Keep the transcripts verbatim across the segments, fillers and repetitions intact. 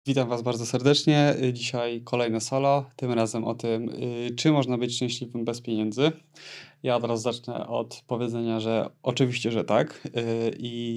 Witam Was bardzo serdecznie. Y, Dzisiaj kolejne solo, tym razem o tym, y, czy można być szczęśliwym bez pieniędzy. Ja od razu zacznę od powiedzenia, że oczywiście, że tak. y,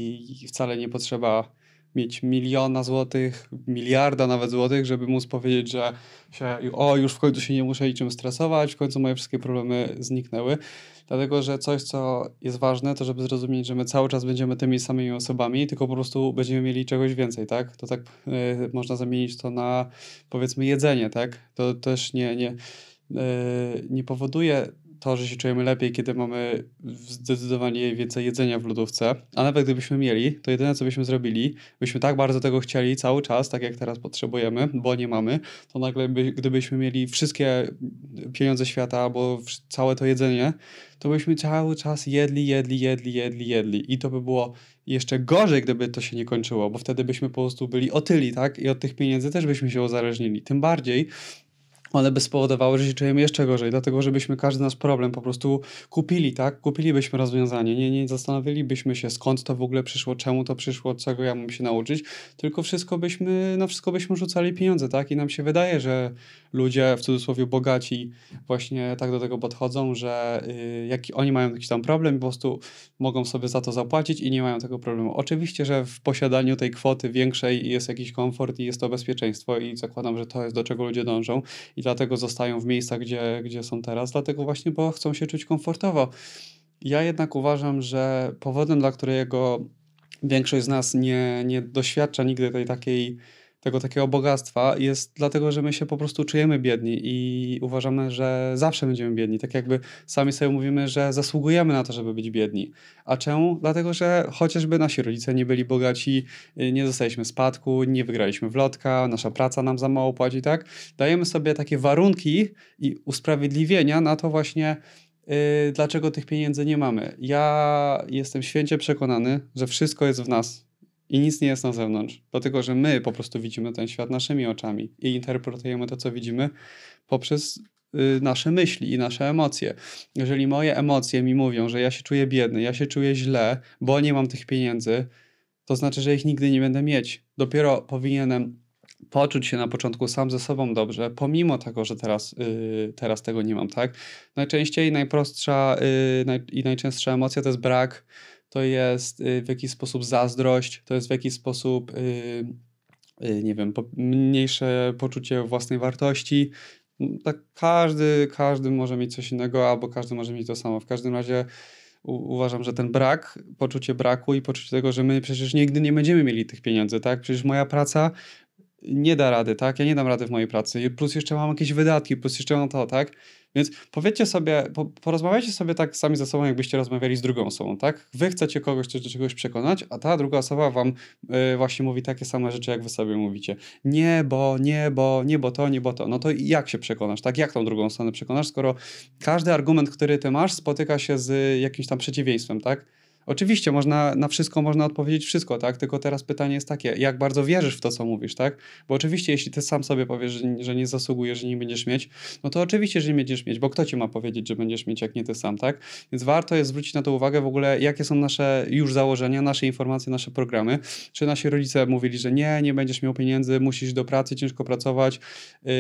I wcale nie potrzeba mieć miliona złotych, miliarda nawet złotych, żeby móc powiedzieć, że się, o, już w końcu się nie muszę niczym stresować, w końcu moje wszystkie problemy zniknęły. Dlatego, że coś, co jest ważne, to żeby zrozumieć, że my cały czas będziemy tymi samymi osobami, tylko po prostu będziemy mieli czegoś więcej, tak? To tak y, można zamienić to na, powiedzmy, jedzenie, tak? To też nie, nie, y, nie powoduje to, że się czujemy lepiej, kiedy mamy zdecydowanie więcej jedzenia w lodówce, a nawet gdybyśmy mieli, to jedyne, co byśmy zrobili, byśmy tak bardzo tego chcieli cały czas, tak jak teraz potrzebujemy, bo nie mamy, to nagle by, gdybyśmy mieli wszystkie pieniądze świata albo wsz- całe to jedzenie, to byśmy cały czas jedli, jedli, jedli, jedli, jedli. I to by było jeszcze gorzej, gdyby to się nie kończyło, bo wtedy byśmy po prostu byli otyli, tak? I od tych pieniędzy też byśmy się uzależnili. Tym bardziej, one by spowodowały, że się czujemy jeszcze gorzej, dlatego żebyśmy każdy nasz problem po prostu kupili, tak? Kupilibyśmy rozwiązanie, nie, nie zastanowilibyśmy się, skąd to w ogóle przyszło, czemu to przyszło, czego ja mam się nauczyć, tylko wszystko byśmy, na wszystko byśmy rzucali pieniądze, tak? I nam się wydaje, że ludzie, w cudzysłowie bogaci, właśnie tak do tego podchodzą, że y, jak oni mają jakiś tam problem, po prostu mogą sobie za to zapłacić i nie mają tego problemu. Oczywiście, że w posiadaniu tej kwoty większej jest jakiś komfort i jest to bezpieczeństwo i zakładam, że to jest do czego ludzie dążą i dlatego zostają w miejscach, gdzie, gdzie są teraz, dlatego właśnie, bo chcą się czuć komfortowo. Ja jednak uważam, że powodem, dla którego większość z nas nie, nie doświadcza nigdy tej takiej, tego takiego bogactwa, jest dlatego, że my się po prostu czujemy biedni i uważamy, że zawsze będziemy biedni. Tak jakby sami sobie mówimy, że zasługujemy na to, żeby być biedni. A czemu? Dlatego, że chociażby nasi rodzice nie byli bogaci, y, nie dostaliśmy spadku, nie wygraliśmy w lotka, nasza praca nam za mało płaci, tak? Dajemy sobie takie warunki i usprawiedliwienia na to właśnie, yy, dlaczego tych pieniędzy nie mamy. Ja jestem święcie przekonany, że wszystko jest w nas i nic nie jest na zewnątrz, dlatego że my po prostu widzimy ten świat naszymi oczami i interpretujemy to, co widzimy poprzez yy, nasze myśli i nasze emocje. Jeżeli moje emocje mi mówią, że ja się czuję biedny, ja się czuję źle, bo nie mam tych pieniędzy, to znaczy, że ich nigdy nie będę mieć. Dopiero powinienem poczuć się na początku sam ze sobą dobrze, pomimo tego, że teraz, yy, teraz tego nie mam, tak? Najczęściej najprostsza yy, naj, i najczęstsza emocja to jest brak, to jest yy, w jakiś sposób zazdrość, to jest w jakiś sposób, yy, yy, nie wiem, po, mniejsze poczucie własnej wartości. Mm, Tak każdy, każdy może mieć coś innego, albo każdy może mieć to samo. W każdym razie u, uważam, że ten brak, poczucie braku i poczucie tego, że my przecież nigdy nie będziemy mieli tych pieniędzy, tak? Przecież moja praca nie da rady, tak? Ja nie dam rady w mojej pracy. Plus jeszcze mam jakieś wydatki, plus jeszcze mam to, tak? Więc powiedzcie sobie, po, porozmawiajcie sobie tak sami ze sobą, jakbyście rozmawiali z drugą osobą, tak? Wy chcecie kogoś do czegoś przekonać, a ta druga osoba wam y, właśnie mówi takie same rzeczy, jak wy sobie mówicie. Nie, bo, nie, bo, nie, bo to, nie, bo to. No to jak się przekonasz, tak? Jak tą drugą stronę przekonasz, skoro każdy argument, który ty masz, spotyka się z jakimś tam przeciwieństwem, tak? Oczywiście można, na wszystko można odpowiedzieć wszystko, tak? Tylko teraz pytanie jest takie, jak bardzo wierzysz w to, co mówisz, tak? Bo oczywiście, jeśli ty sam sobie powiesz, że, że nie zasługujesz, że nie będziesz mieć, no to oczywiście, że nie będziesz mieć, bo kto ci ma powiedzieć, że będziesz mieć, jak nie ty sam, tak? Więc warto jest zwrócić na to uwagę w ogóle, jakie są nasze już założenia, nasze informacje, nasze programy. Czy nasi rodzice mówili, że nie, nie będziesz miał pieniędzy, musisz do pracy, ciężko pracować. Yy...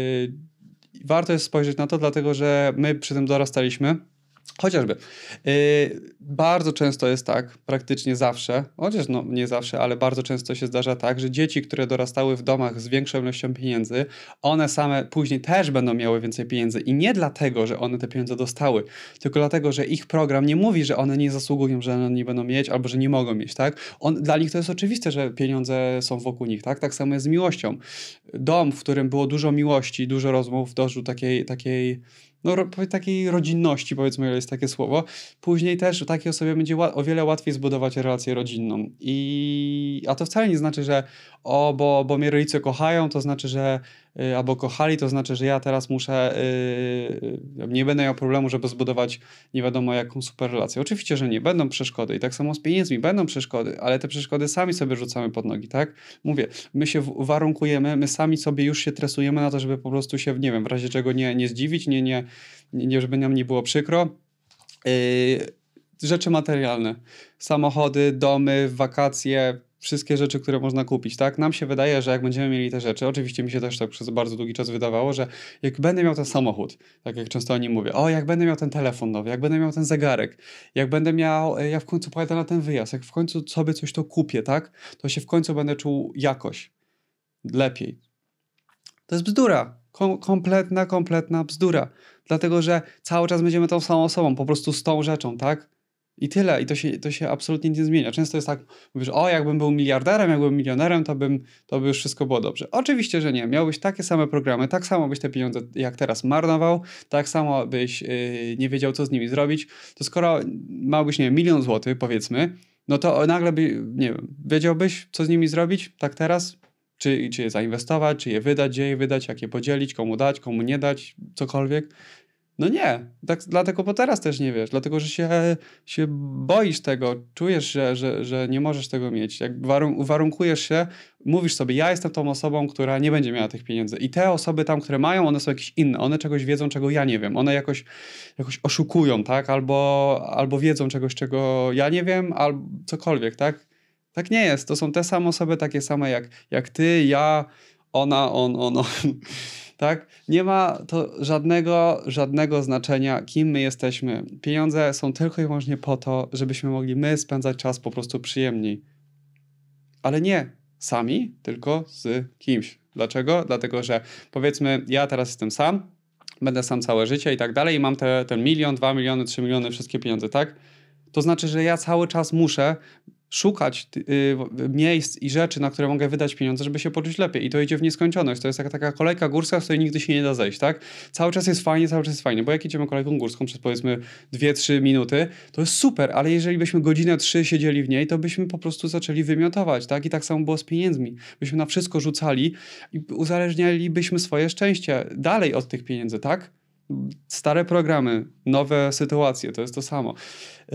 Warto jest spojrzeć na to, dlatego że my przy tym dorastaliśmy. Chociażby. Yy, bardzo często jest tak, praktycznie zawsze, chociaż no nie zawsze, ale bardzo często się zdarza tak, że dzieci, które dorastały w domach z większą ilością pieniędzy, one same później też będą miały więcej pieniędzy i nie dlatego, że one te pieniądze dostały, tylko dlatego, że ich program nie mówi, że one nie zasługują, że one nie będą mieć albo że nie mogą mieć, tak? On, dla nich to jest oczywiste, że pieniądze są wokół nich, tak? Tak samo jest z miłością. Dom, w którym było dużo miłości, dużo rozmów, dożył takiej, takiej no, ro, takiej rodzinności, powiedzmy, ile jest takie słowo. Później też takiej osobie będzie ła- o wiele łatwiej zbudować relację rodzinną. I, a to wcale nie znaczy, że o, bo, bo mnie rodzice kochają, to znaczy, że y, albo kochali, to znaczy, że ja teraz muszę, y, nie będę miał problemu, żeby zbudować nie wiadomo jaką super relację. Oczywiście, że nie. Będą przeszkody i tak samo z pieniędzmi będą przeszkody, ale te przeszkody sami sobie rzucamy pod nogi, tak? Mówię, my się w- warunkujemy, my sami sobie już się tresujemy na to, żeby po prostu się, nie wiem, w razie czego nie, nie zdziwić, nie, nie, nie, żeby nam nie było przykro. Yy, rzeczy materialne. Samochody, domy, wakacje, wszystkie rzeczy, które można kupić, tak? Nam się wydaje, że jak będziemy mieli te rzeczy, oczywiście mi się też tak przez bardzo długi czas wydawało, że jak będę miał ten samochód, tak jak często o nim mówię, o, jak będę miał ten telefon nowy, jak będę miał ten zegarek, jak będę miał, e, jak w końcu pojadę na ten wyjazd, jak w końcu sobie coś to kupię, tak? To się w końcu będę czuł jakoś lepiej. To jest bzdura. Kom- kompletna, kompletna bzdura. Dlatego, że cały czas będziemy tą samą osobą, po prostu z tą rzeczą, tak? I tyle. I to się, to się absolutnie nie zmienia. Często jest tak, mówisz, o, jakbym był miliarderem, jakbym milionerem, to, bym, to by już wszystko było dobrze. Oczywiście, że nie. Miałbyś takie same programy, tak samo byś te pieniądze jak teraz marnował, tak samo byś yy, nie wiedział, co z nimi zrobić. To skoro miałbyś, nie wiem, milion złotych, powiedzmy, no to nagle by, nie wiem, wiedziałbyś, co z nimi zrobić, tak teraz? Czy, czy je zainwestować, czy je wydać, gdzie je wydać, jak je podzielić, komu dać, komu nie dać, cokolwiek. No nie, tak, dlatego, bo teraz też nie wiesz, dlatego, że się, się boisz tego, czujesz, że, że, że nie możesz tego mieć. Jak warun- uwarunkujesz się, mówisz sobie, ja jestem tą osobą, która nie będzie miała tych pieniędzy. I te osoby tam, które mają, one są jakieś inne, one czegoś wiedzą, czego ja nie wiem. One jakoś, jakoś oszukują, tak? Albo, albo wiedzą czegoś, czego ja nie wiem, albo cokolwiek, tak? Tak nie jest. To są te same osoby, takie same jak, jak ty, ja, ona, on, on, on. Tak? Nie ma to żadnego, żadnego znaczenia, kim my jesteśmy. Pieniądze są tylko i wyłącznie po to, żebyśmy mogli my spędzać czas po prostu przyjemniej. Ale nie sami, tylko z kimś. Dlaczego? Dlatego, że powiedzmy, ja teraz jestem sam, będę sam całe życie i tak dalej i mam te, ten milion, dwa miliony, trzy miliony, wszystkie pieniądze, tak? To znaczy, że ja cały czas muszę szukać y, miejsc i rzeczy, na które mogę wydać pieniądze, żeby się poczuć lepiej. I to idzie w nieskończoność. To jest taka, taka kolejka górska, z której nigdy się nie da zejść, tak? Cały czas jest fajnie, cały czas jest fajnie, bo jak idziemy kolejką górską przez powiedzmy dwie trzy minuty, to jest super, ale jeżeli byśmy godzinę trzy siedzieli w niej, to byśmy po prostu zaczęli wymiotować, tak? I tak samo było z pieniędzmi. Byśmy na wszystko rzucali i uzależnialibyśmy swoje szczęście dalej od tych pieniędzy, tak? Stare programy, nowe sytuacje, to jest to samo. Yy,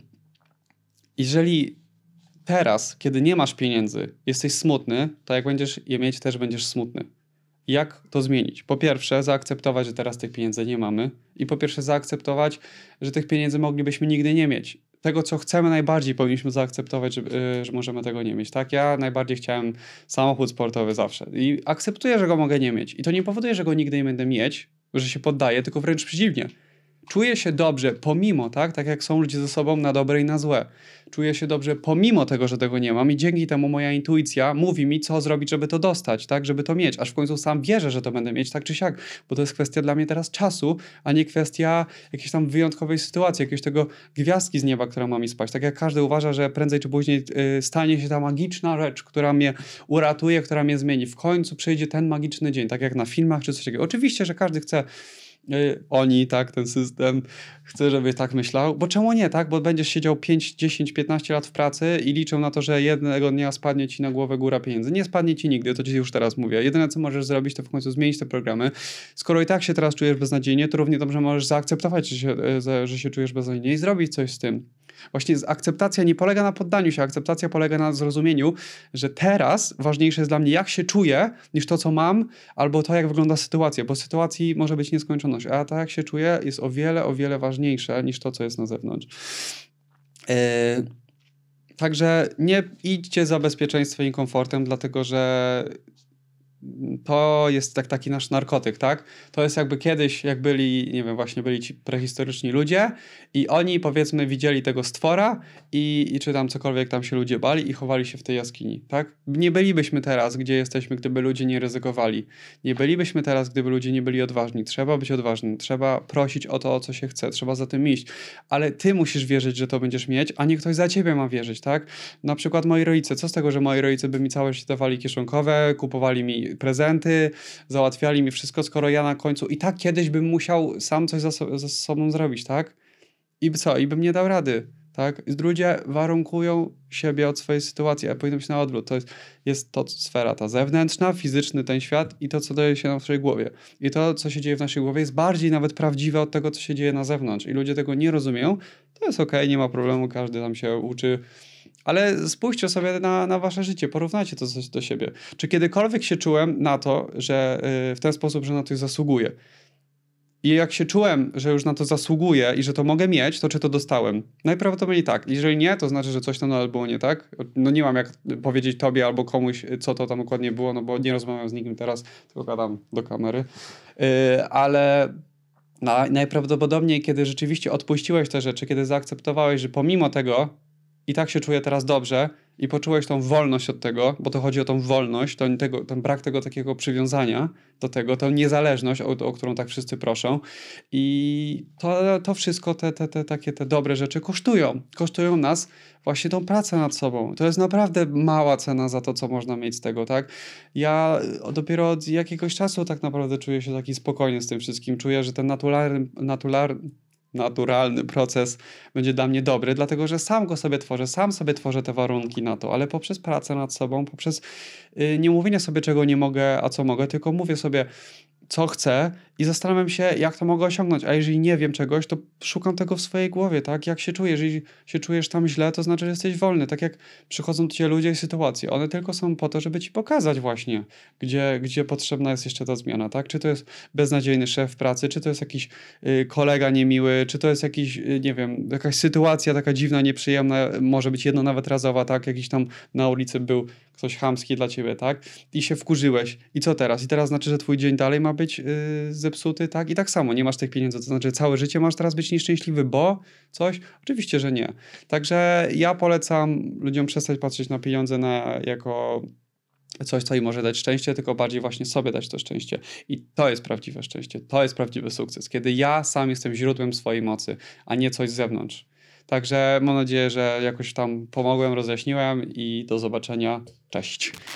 jeżeli teraz, kiedy nie masz pieniędzy, jesteś smutny, to jak będziesz je mieć, też będziesz smutny. Jak to zmienić? Po pierwsze, zaakceptować, że teraz tych pieniędzy nie mamy i po pierwsze zaakceptować, że tych pieniędzy moglibyśmy nigdy nie mieć. Tego, co chcemy najbardziej, powinniśmy zaakceptować, że, yy, że możemy tego nie mieć. Tak? Ja najbardziej chciałem samochód sportowy zawsze i akceptuję, że go mogę nie mieć. I to nie powoduje, że go nigdy nie będę mieć, że się poddaję, tylko wręcz przeciwnie. Czuję się dobrze pomimo, tak? Tak jak są ludzie ze sobą na dobre i na złe. Czuję się dobrze pomimo tego, że tego nie mam i dzięki temu moja intuicja mówi mi, co zrobić, żeby to dostać, tak? Żeby to mieć. Aż w końcu sam wierzę, że to będę mieć tak czy siak, bo to jest kwestia dla mnie teraz czasu, a nie kwestia jakiejś tam wyjątkowej sytuacji, jakiegoś tego gwiazdki z nieba, która ma mi spaść. Tak jak każdy uważa, że prędzej czy później yy, stanie się ta magiczna rzecz, która mnie uratuje, która mnie zmieni. W końcu przyjdzie ten magiczny dzień, tak jak na filmach czy coś takiego. Oczywiście, że każdy chce oni, tak, ten system chce, żebyś tak myślał, bo czemu nie, tak, bo będziesz siedział pięć, dziesięć, piętnaście lat w pracy i liczą na to, że jednego dnia spadnie ci na głowę góra pieniędzy. Nie spadnie ci nigdy, to ci już teraz mówię. Jedyne, co możesz zrobić, to w końcu zmienić te programy. Skoro i tak się teraz czujesz beznadziejnie, to równie dobrze możesz zaakceptować, że się, że się czujesz beznadziejnie i zrobić coś z tym. Właśnie akceptacja nie polega na poddaniu się, akceptacja polega na zrozumieniu, że teraz ważniejsze jest dla mnie, jak się czuję, niż to, co mam, albo to, jak wygląda sytuacja, bo sytuacji może być nieskończoność, a to, jak się czuję, jest o wiele, o wiele ważniejsze niż to, co jest na zewnątrz. Yy, także nie idźcie za bezpieczeństwem i komfortem, dlatego że to jest tak, taki nasz narkotyk, tak? To jest jakby kiedyś, jak byli, nie wiem, właśnie byli ci prehistoryczni ludzie i oni, powiedzmy, widzieli tego stwora i, i czy tam cokolwiek tam się ludzie bali i chowali się w tej jaskini, tak? Nie bylibyśmy teraz, gdzie jesteśmy, gdyby ludzie nie ryzykowali. Nie bylibyśmy teraz, gdyby ludzie nie byli odważni. Trzeba być odważnym, trzeba prosić o to, o co się chce, trzeba za tym iść. Ale ty musisz wierzyć, że to będziesz mieć, a nie ktoś za ciebie ma wierzyć, tak? Na przykład moi rodzice. Co z tego, że moi rodzice by mi całe życie dawali kieszonkowe, kupowali mi prezenty, załatwiali mi wszystko, skoro ja na końcu i tak kiedyś bym musiał sam coś za, so, za sobą zrobić, tak? I co? I bym nie dał rady, tak? Ludzie warunkują siebie od swojej sytuacji, a powinno być na odwrót. To jest, jest to sfera ta zewnętrzna, fizyczny ten świat i to, co dzieje się na naszej głowie. I to, co się dzieje w naszej głowie jest bardziej nawet prawdziwe od tego, co się dzieje na zewnątrz. I ludzie tego nie rozumieją. To jest okej, okay, nie ma problemu, każdy tam się uczy. Ale spójrzcie sobie na, na wasze życie, porównajcie to coś do siebie. Czy kiedykolwiek się czułem na to, że yy, w ten sposób, że na coś zasługuję? I jak się czułem, że już na to zasługuję i że to mogę mieć, to czy to dostałem? Najprawdopodobniej tak. Jeżeli nie, to znaczy, że coś tam nadal było nie tak. No nie mam jak powiedzieć tobie albo komuś, co to tam dokładnie było, no bo nie rozmawiam z nikim teraz, tylko gadam do kamery. Yy, ale no, najprawdopodobniej, kiedy rzeczywiście odpuściłeś te rzeczy, kiedy zaakceptowałeś, że pomimo tego i tak się czuję teraz dobrze i poczułeś tą wolność od tego, bo to chodzi o tą wolność, to tego, ten brak tego takiego przywiązania do tego, tą niezależność, o, o którą tak wszyscy proszą. I to, to wszystko, te, te, te takie te dobre rzeczy kosztują. Kosztują nas właśnie tą pracę nad sobą. To jest naprawdę mała cena za to, co można mieć z tego, tak? Ja dopiero od jakiegoś czasu tak naprawdę czuję się taki spokojny z tym wszystkim. Czuję, że ten naturalny, naturalny, naturalny proces będzie dla mnie dobry, dlatego że sam go sobie tworzę, sam sobie tworzę te warunki na to, ale poprzez pracę nad sobą, poprzez yy, nie mówienie sobie, czego nie mogę, a co mogę, tylko mówię sobie, co chcę i zastanawiam się, jak to mogę osiągnąć. A jeżeli nie wiem czegoś, to szukam tego w swojej głowie, tak? Jak się czujesz? Jeżeli się czujesz tam źle, to znaczy, że jesteś wolny. Tak jak przychodzą do ciebie ludzie i sytuacje. One tylko są po to, żeby ci pokazać właśnie, gdzie, gdzie potrzebna jest jeszcze ta zmiana, tak? Czy to jest beznadziejny szef pracy, czy to jest jakiś y, kolega niemiły, czy to jest jakiś, y, nie wiem, jakaś sytuacja taka dziwna, nieprzyjemna, może być jedno nawet razowa, tak? Jakiś tam na ulicy był ktoś chamski dla ciebie, tak? I się wkurzyłeś. I co teraz? I teraz znaczy, że twój dzień dalej ma być yy, zepsuty, tak? I tak samo, nie masz tych pieniędzy, to znaczy, że całe życie masz teraz być nieszczęśliwy, bo coś? Oczywiście, że nie. Także ja polecam ludziom przestać patrzeć na pieniądze na, jako coś, co im może dać szczęście, tylko bardziej właśnie sobie dać to szczęście. I to jest prawdziwe szczęście, to jest prawdziwy sukces, kiedy ja sam jestem źródłem swojej mocy, a nie coś z zewnątrz. Także mam nadzieję, że jakoś tam pomogłem, rozjaśniłem i do zobaczenia. Cześć.